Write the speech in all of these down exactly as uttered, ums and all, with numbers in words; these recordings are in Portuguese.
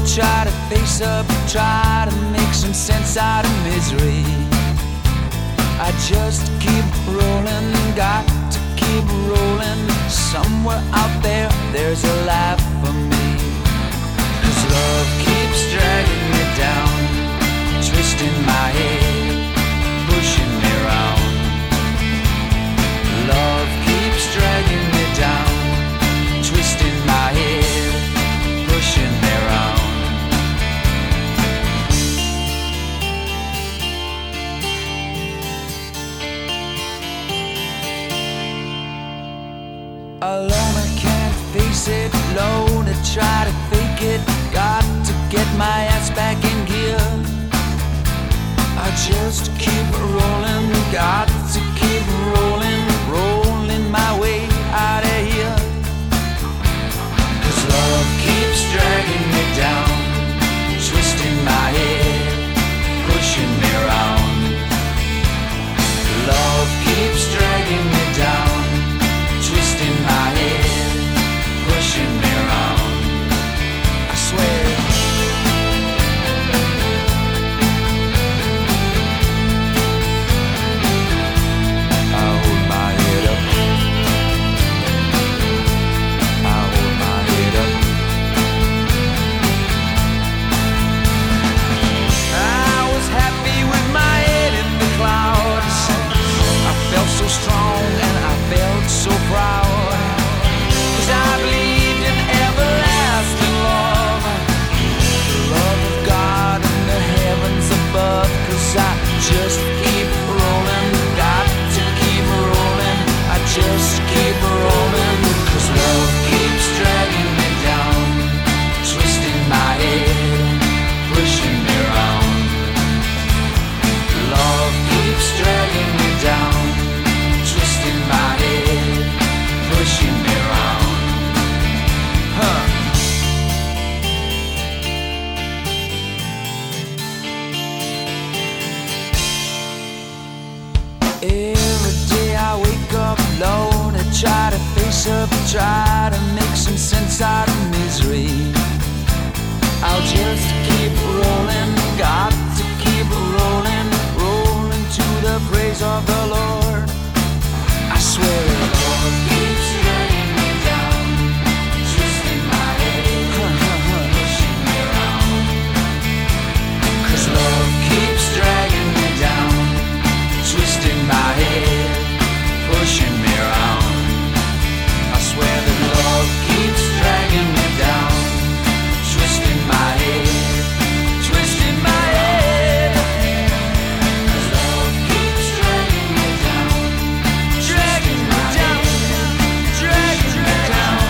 try to face up, try to make some sense out of misery. I just keep rolling, got to keep rolling. Somewhere out there, there's a life for me. 'Cause love keeps dragging me down, twisting my head, pushing me around. Love keeps dragging me down, twisting my head, pushing me around. Alone I can't face it, alone I try to fake it. Got to get my ass back in gear. I just keep rolling, got to keep rolling, rolling my way out of here. 'Cause love keeps dragging me down, twisting my head, pushing me around. Love keeps dragging me down, twisting my head, pushing me around. I swear. I hold my head up. I hold my head up. I was happy with my head in the clouds. I felt so strong and I felt so proud. 'Cause I believed in everlasting love, the love of God in the heavens above. 'Cause I just keep rolling, got to keep rolling. I just keep rolling. 'Cause love keeps dragging me down, twisting my head, pushing me around. Love keeps dragging me down, twisting my head, pushing me around. Huh. Every day I wake up alone, I try to face up, try to make some sense out of misery. I'll just keep rolling, got to keep rolling, rolling to the praise of the Lord. I swear the Lord keeps dragging me down, twisting my head, pushing me around. 'Cause love keeps dragging me down, twisting my head, pushing me around. I swear that love keeps dragging me down, twisting my head, twisting my head. 'Cause love keeps dragging me down, dragging me down, dragging me down.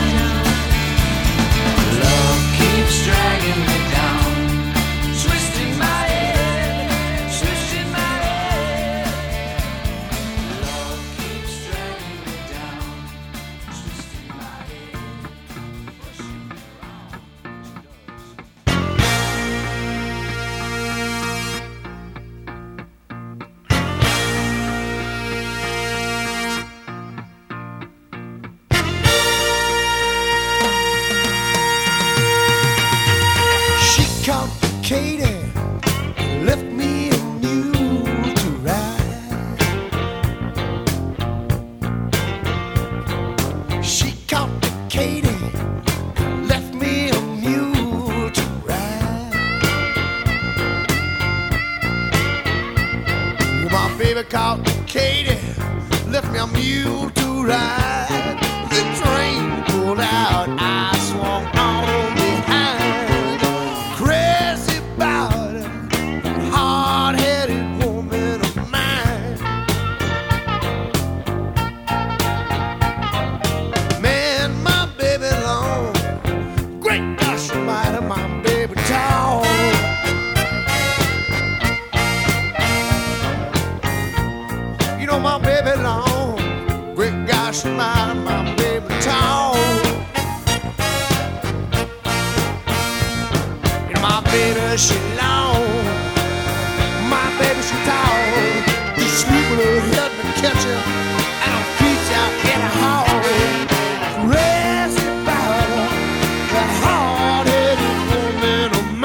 Love keeps dragging me down, twisting my head, twisting my head. Love keeps dragging me down, twisting my head, pushing me around. She complicated, left me a mule to ride. She complicated, left me a mule to ride. My baby complicated, left me a mule to ride. The train pulled out, I swung on behind. Crazy about it, hard-headed woman of mine. Man, my baby long, great gosh almighty, my baby tall. You know my baby long, great gosh almighty, my baby tall. You know my baby she long, my baby she tall. You sleep with her head in the kitchen and her feet out in the hall. Crazy about her, that hard-headed woman of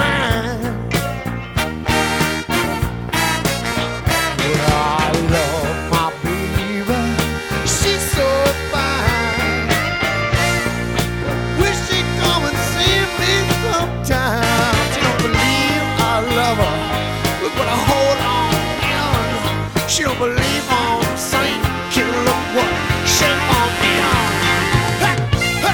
Look what I hold on, man. She don't believe I'm a saint. Kid, look what shame on me. Hey, hey.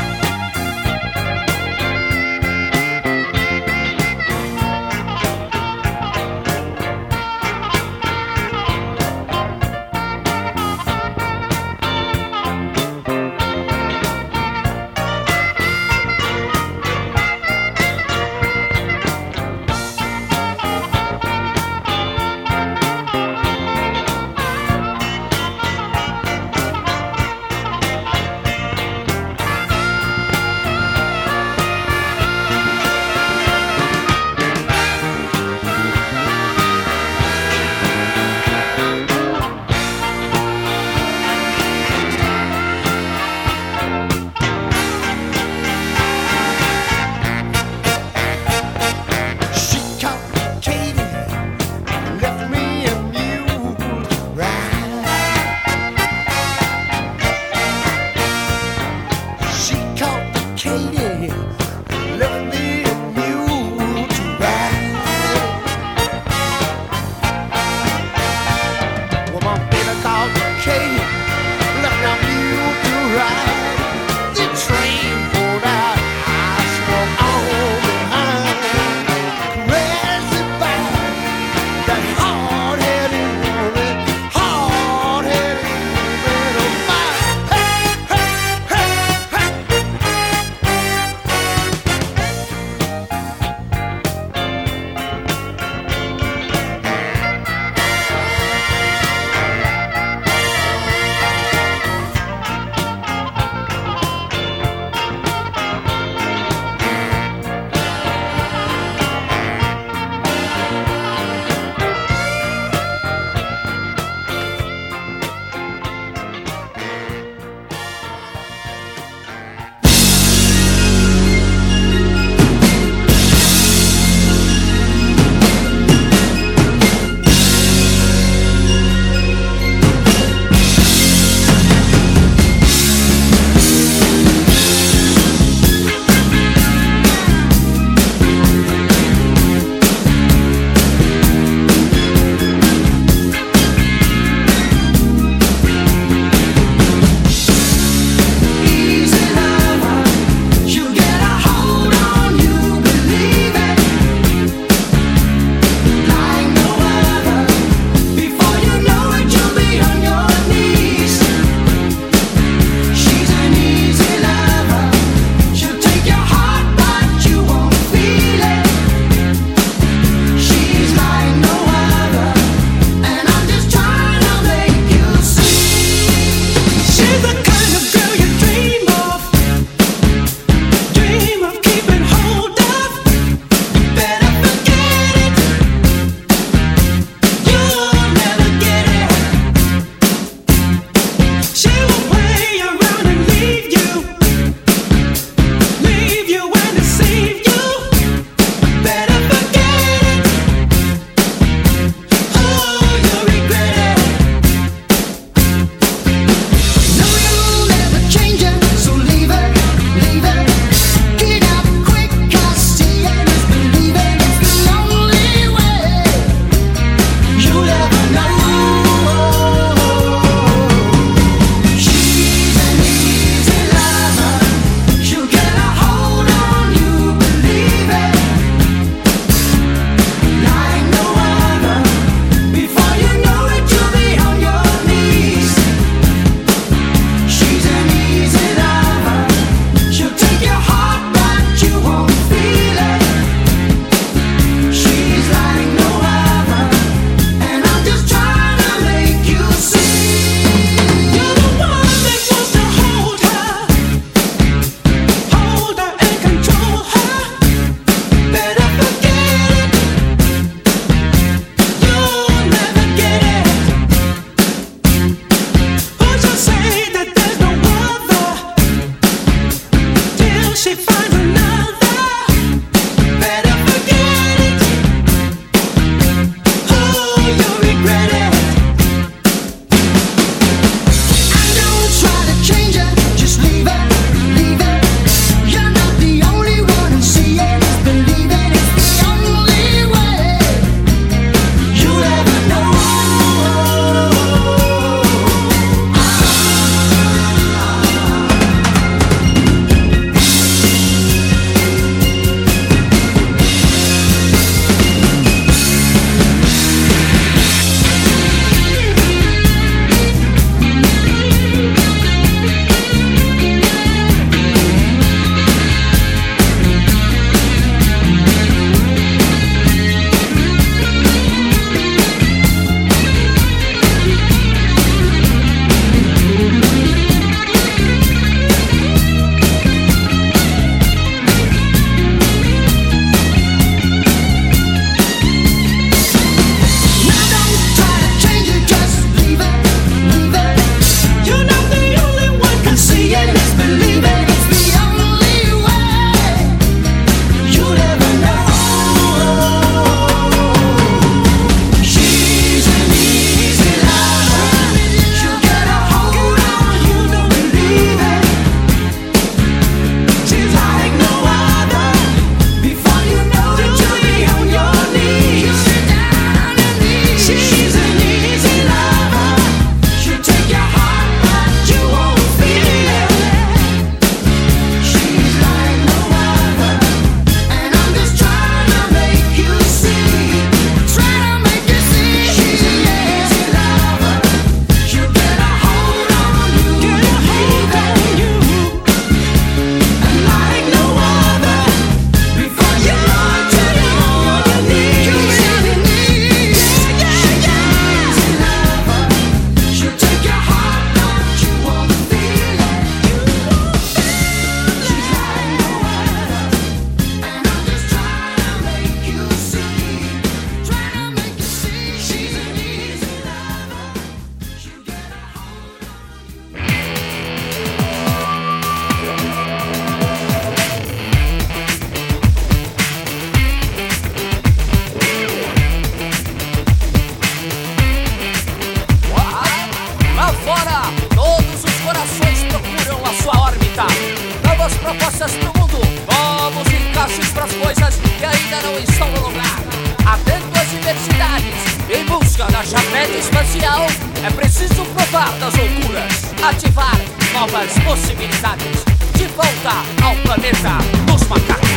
na chapéu espacial é preciso provar das loucuras, ativar novas possibilidades de volta ao planeta dos macacos.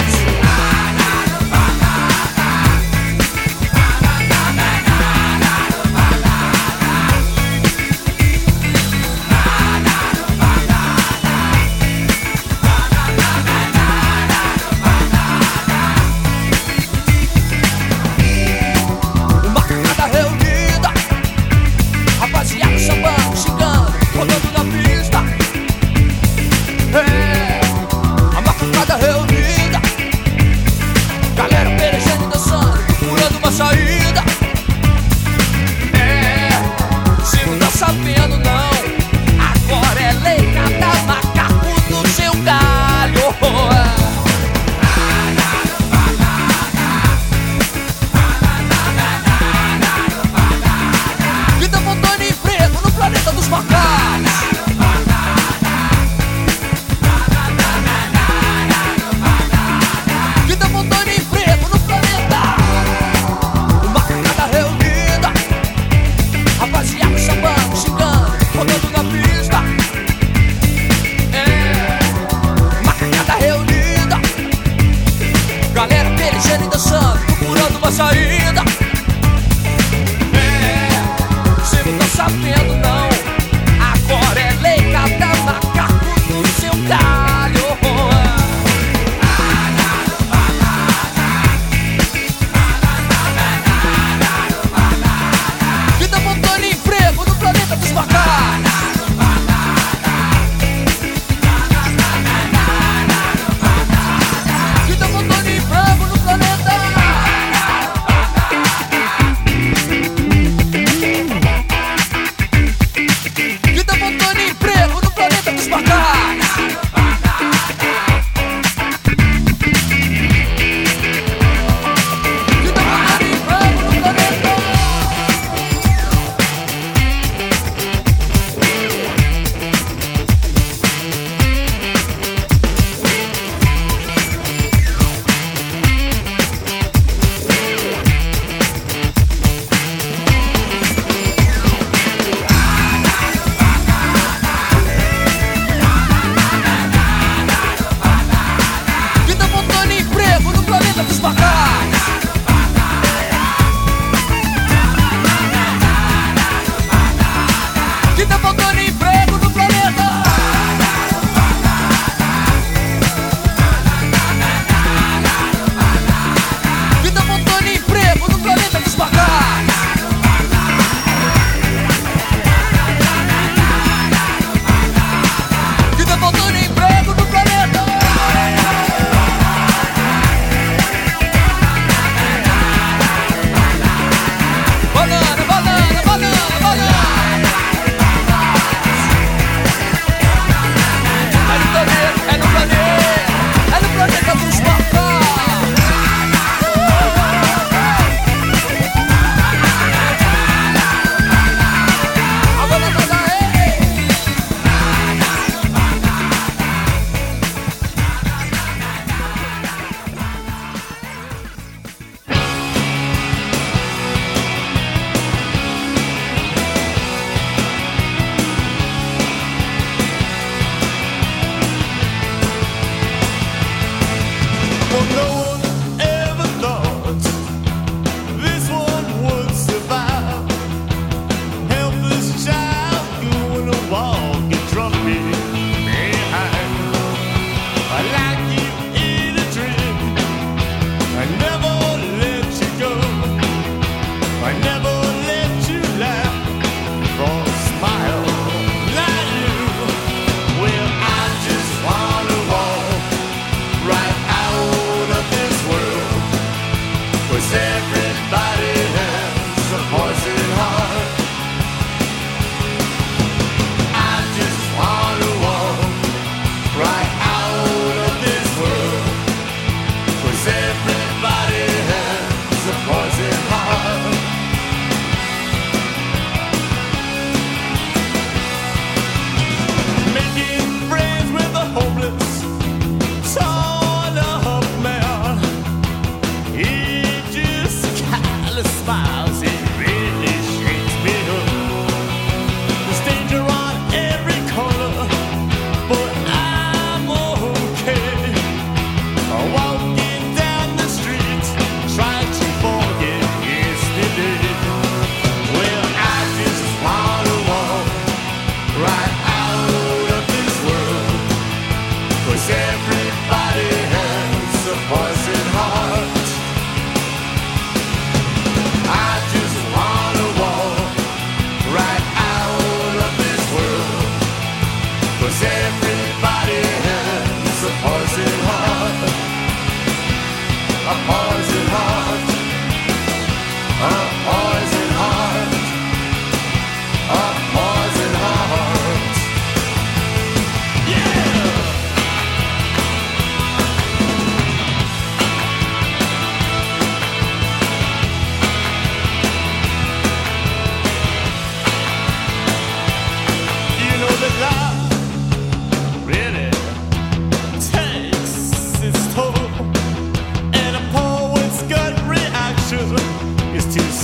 smiles, it really shakes.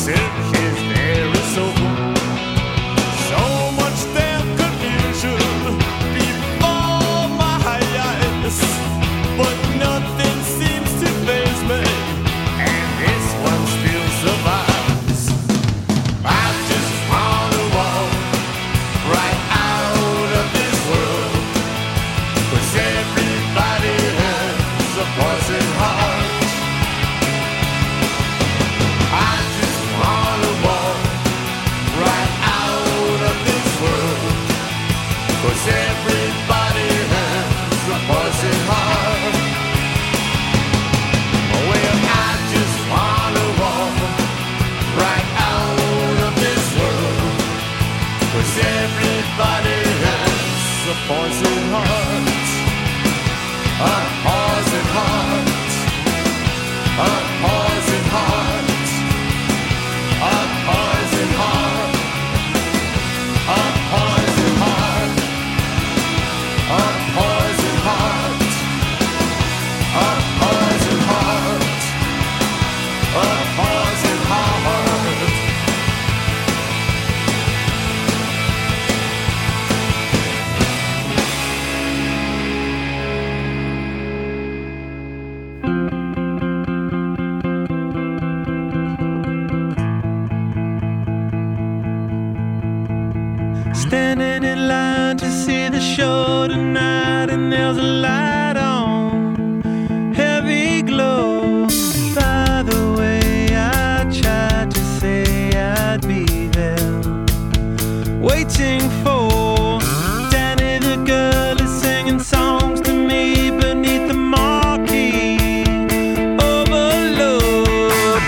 Standing in line to see the show tonight, and there's a light on, heavy glow. By the way, I tried to say I'd be there, waiting for Danny the girl is singing songs to me beneath the marquee. Overload.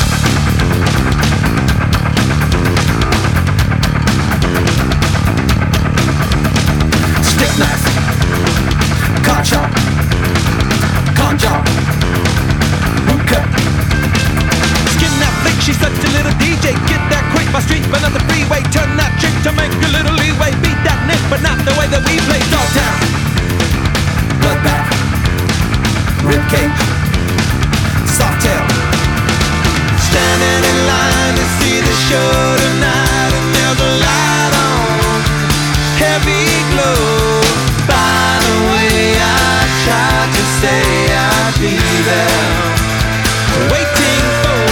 Stick knife, car chop, con job, boot cut. Skin that flick, she's such a little D J. Get that quick, my street, but not the freeway. Turn that chick to make a little leeway. Beat that nick, but not the way that we play. Dogtown, bloodbath, ribcage, softail. Standing in line to see the show tonight, and there's a light on, heavy glow. By the way, I tried to say I'd be there, waiting for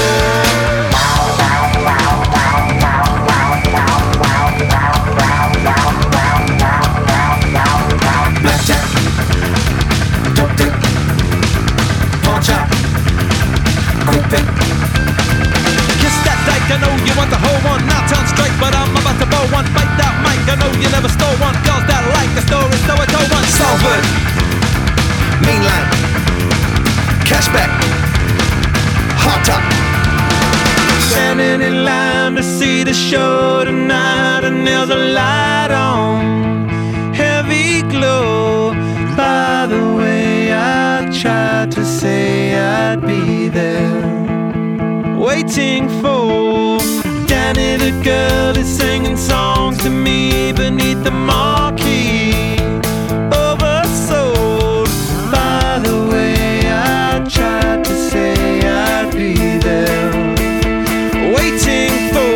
blackjack, dope dick, pawn shop, quick pick. Kiss that dyke, I know you want the whole one. Now turn straight, but I'm about to bow one. Bite that mic, I know you never stole one. Girls that like the story, so I told one. Salford, mainline, cashback, hot top. Standing in line to see the show tonight, and there's a light on, heavy glow. By the way, I tried to say I'd be there, waiting for Danny the girl is singing songs to me beneath the marquee. Oversold. By the way, I tried to say I'd be there, waiting for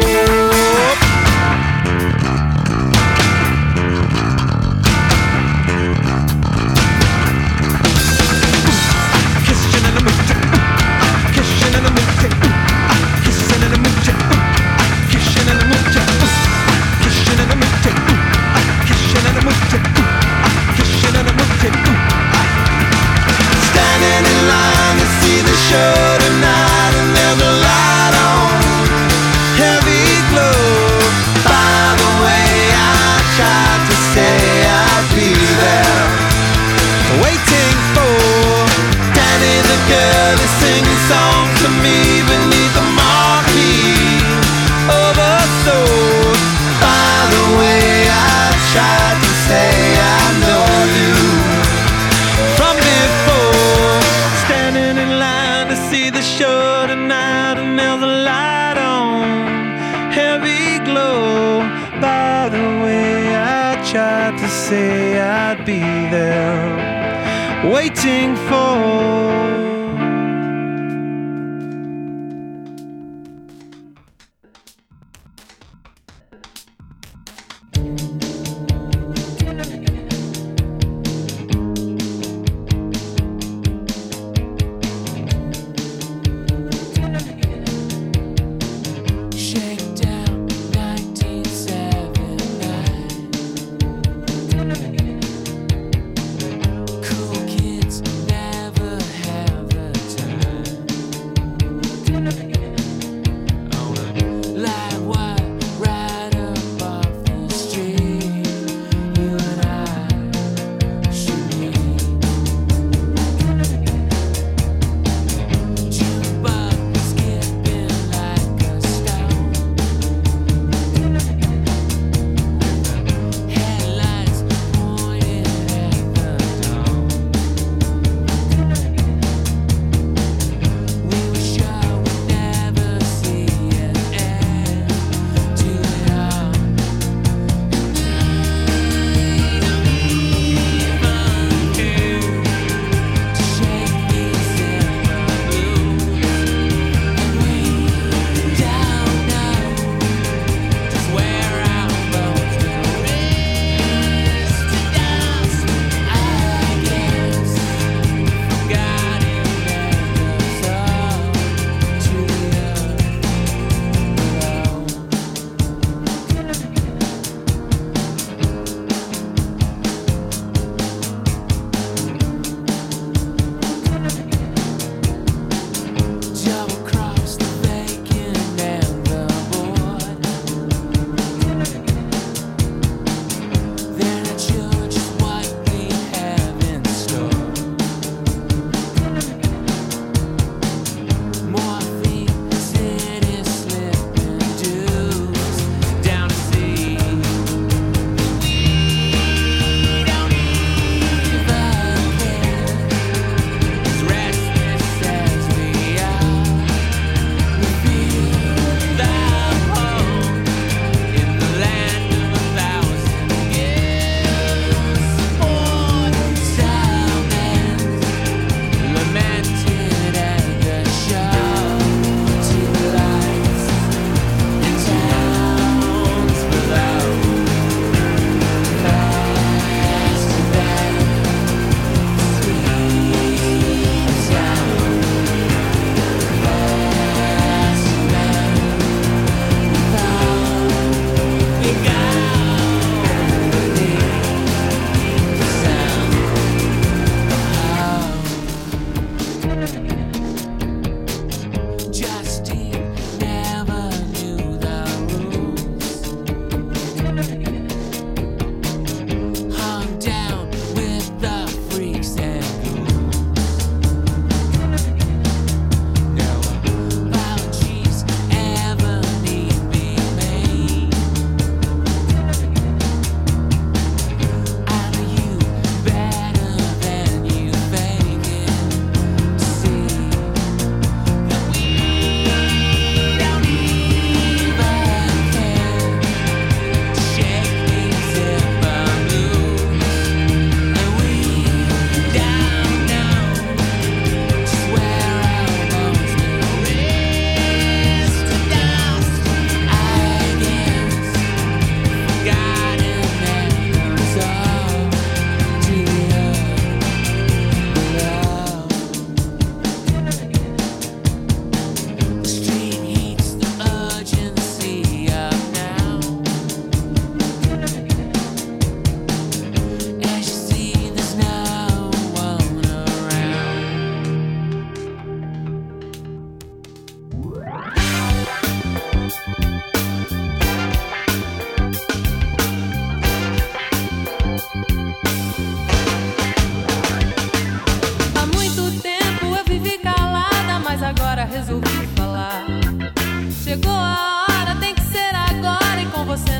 kissing in the mood, kissing in the mood, kissing in the mood, kissing in the mood, kissing in the mood, kissing in the mood, kissing in the mood. Standing in line to see the show tonight, and there's a light on, heavy glow. By the way, I tried to say I'd be there, waiting for Danny the girl is singing songs to me beneath the marquee. Oversold. By the way, I tried to say I know you from before. Standing in line to see the show tonight, and there's a light on, heavy glow. By the way, I tried to say I'd be there, waiting for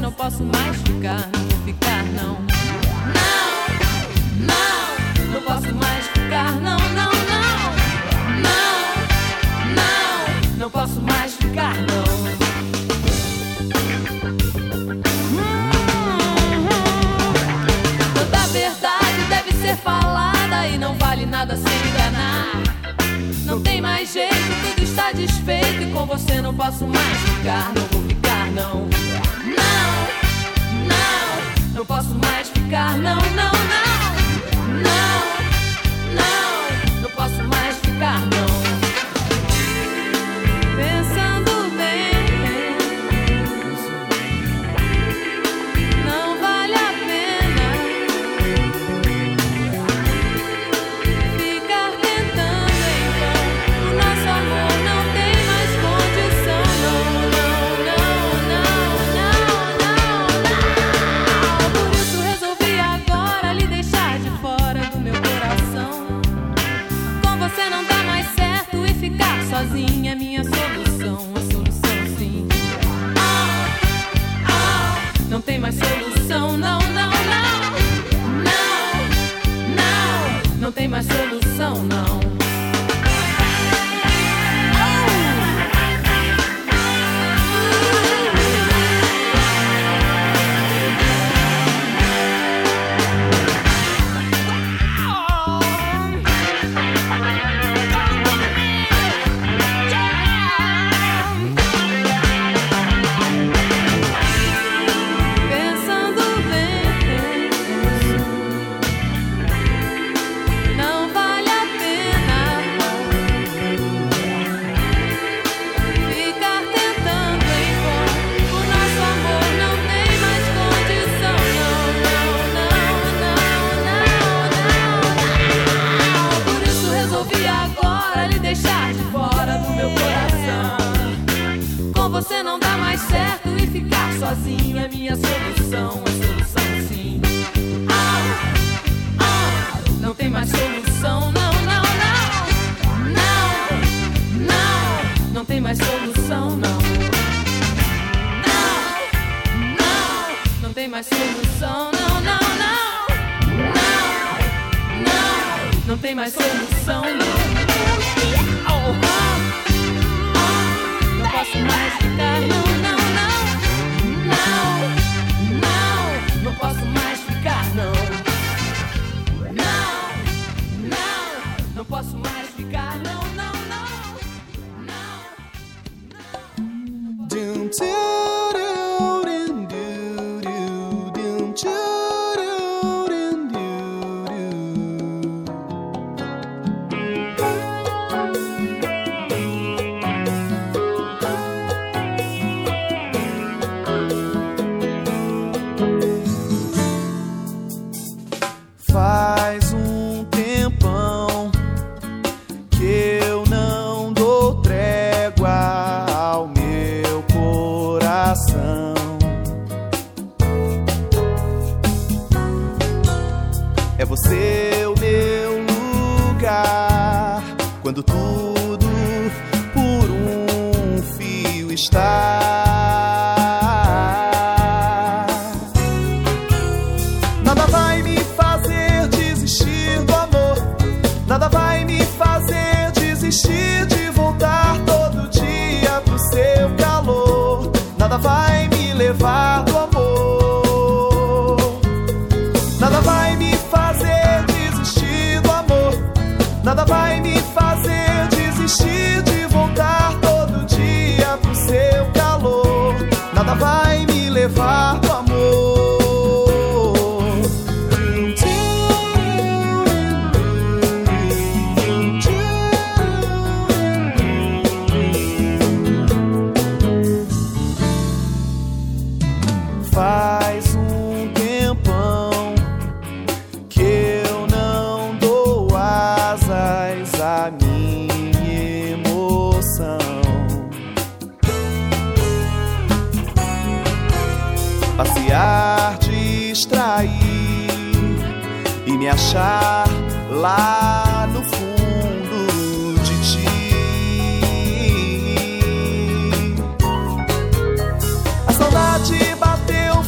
não posso mais ficar, não vou ficar, não. Não, não, não posso mais ficar, não, não, não. Não, não, não posso mais ficar, não. Toda verdade deve ser falada e não vale nada se enganar. Não tem mais jeito, tudo está desfeito e com você não posso mais ficar, não vou ficar, não. Não, não, não posso mais ficar, não, não, não. Não, não, não posso mais ficar, não. Pensando bem, não vale a pena ficar tentando em vão. O nosso amor não tem mais condição, não, não, não, não, não, não. Por isso resolvi agora lhe deixar de fora do meu coração. Com você não dá mais certo e ficar sozinha é minha solução, a solução sim. Oh, oh, não tem mais solução, não, não, não. Não, não, não tem mais solução, não. Pensando bem, não vale a pena ficar tentando em vão. O nosso amor não tem mais condição, não, não, não, não, não, não. Por isso resolvi agora lhe deixar de fora do meu coração. Com você não dá mais certo e ficar sozinho é minha solução, a solução sim. Ah, ah, não tem mais solução, não, não, não. Não, não, não tem mais solução, não. Não, não, não tem mais solução, não, não, não. Não, não, não tem mais solução, não. Oh, oh. Não posso mais ficar, não, não, não. Não, não, não posso mais ficar, não. Não, não, não posso mais ficar, não, não, não. Não. Doom, doo, doo, doo, doo, doo, doom, doo, doo, doo, doo, Faz um tempão que eu não dou trégua ao meu coração. É você o meu lugar quando tudo por um fio está. Nada vai me fazer desistir do amor. Nada vai me fazer desistir de voltar todo dia pro seu calor. Nada vai me levar do amor. Nada vai me fazer desistir do amor. Nada vai me fazer desistir de voltar todo dia pro seu calor. Nada vai me levar do amor. Faz um tempão que eu não dou asas à minha emoção. Passear, distrair e me achar lá no fundo de ti. A saudade bateu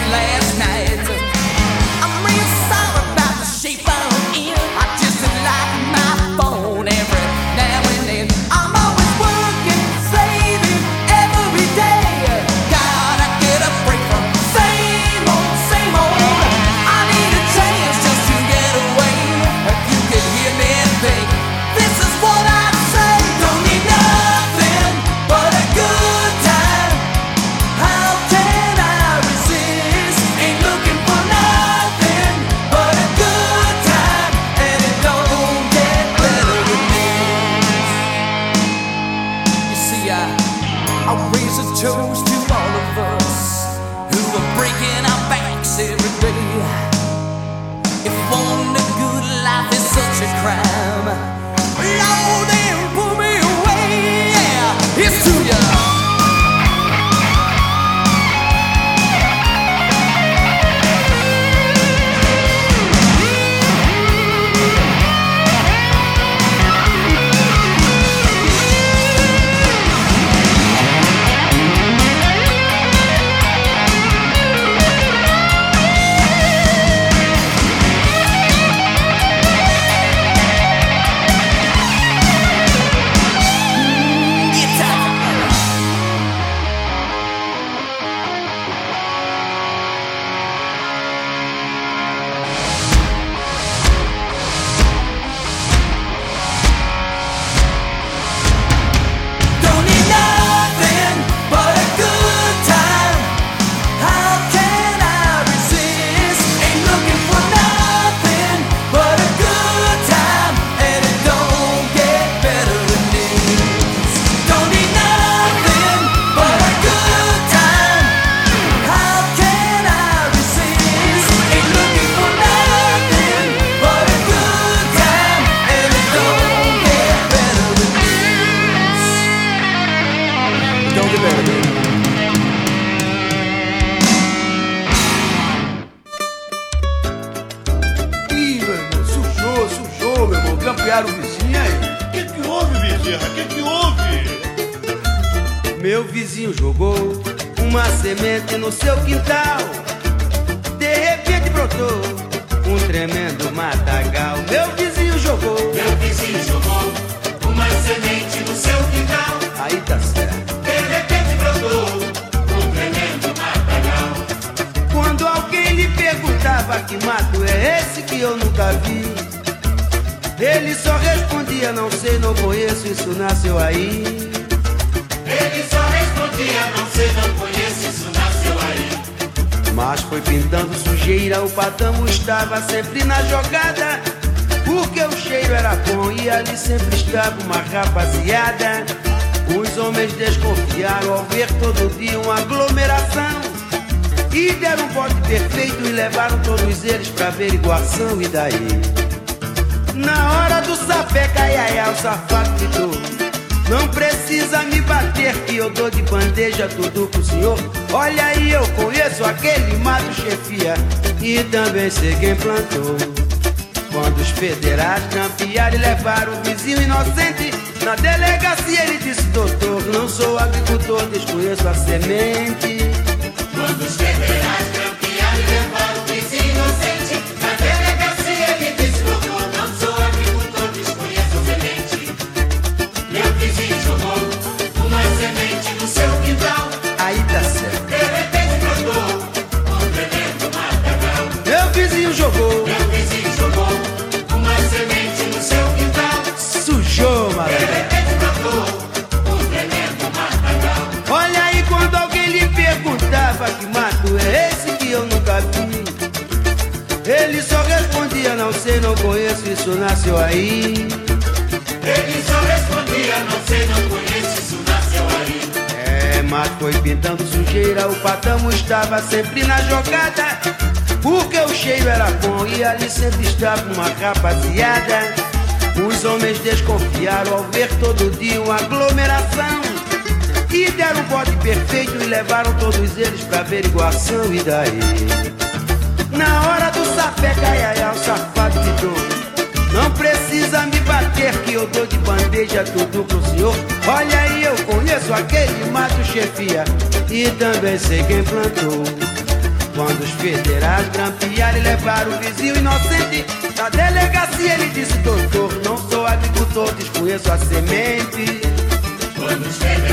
last night. I'm real sorry about the shape I'm in. I just like my phone every now and then. I'm always working, saving every day. Gotta get a break from same old, same old. I need a chance just to get away. If you could hear me think, this is what I say. Don't need nothing but a good time. How can I resist? Ain't looking for nothing but a good time, and it don't get better than this. You see, I, I raise a toast to all of us who are breaking our backs every day. If wanting a good life is such a crime, Lord, then pull me away. Yeah, it's to ya. Don't need nothing but a good time. How can I resist? Ain't looking for nothing but a good time, and it don't get better than this. Don't need nothing but a good time. How can I resist? Ain't looking for nothing but a good time, and it don't get better than this. Don't get better than this. Ih, meu irmão, sujou, sujou, meu irmão. Campearam o vizinho aí. O que que houve, Bezerra? O que que houve? Meu vizinho jogou uma semente no seu quintal. De repente brotou um tremendo matagal. Meu vizinho jogou. Meu vizinho jogou uma semente no seu quintal. Aí tá certo. De repente brotou um tremendo matagal. Quando alguém lhe perguntava que mato é esse que eu nunca vi, ele só respondia: não sei, não conheço, isso nasceu aí. Ele só respondia: não sei, não conheço, isso nasceu aí. Mas foi pintando sujeira, o patamo estava sempre na jogada, porque o cheiro era bom e ali sempre estava uma rapaziada. Os homens desconfiaram ao ver todo dia uma aglomeração e deram um bote perfeito e levaram todos eles pra averiguação. E daí? Na hora do sapeca, ai, ai, ai, o safado gritou: não precisa me bater que eu dou de bandeja tudo pro senhor. Olha aí, eu conheço aquele mato chefia e também sei quem plantou. Quando os federais campearam e levaram o vizinho inocente na delegacia, ele disse: doutor, não sou agricultor, desconheço a semente. Quando os federais campearam e levaram o vizinho inocente na delegacia, ele disse: doutor, não sou agricultor, desconheço a semente. Meu vizinho jogou uma semente no seu quintal. Aí tá certo. De repente brotou um tremendo matagal. Meu vizinho jogou. Meu vizinho jogou uma semente no seu quintal. Sujou, De malandro. repente brotou um tremendo matagal. Olha aí, quando alguém lhe perguntava que mato é esse que eu nunca vi, ele só respondia: não sei, não conheço, isso nasceu aí. Ele só respondia: não sei, não conheço, isso nasceu aí. É, mas foi pintando sujeira, o patamo estava sempre na jogada, porque o cheiro era bom e ali sempre estava uma rapaziada. Os homens desconfiaram ao ver todo dia uma aglomeração e deram um bote perfeito e levaram todos eles pra averiguação. E daí? Na hora do sapeca, ai, ai, ai, o safado gritou: não precisa me bater que eu dou de bandeja tudo pro senhor. Olha aí, eu conheço aquele mato chefia e também sei quem plantou. Quando os federais grampearam e levaram o vizinho inocente na delegacia, ele disse: doutor, não sou agricultor, desconheço a semente. Quando os federais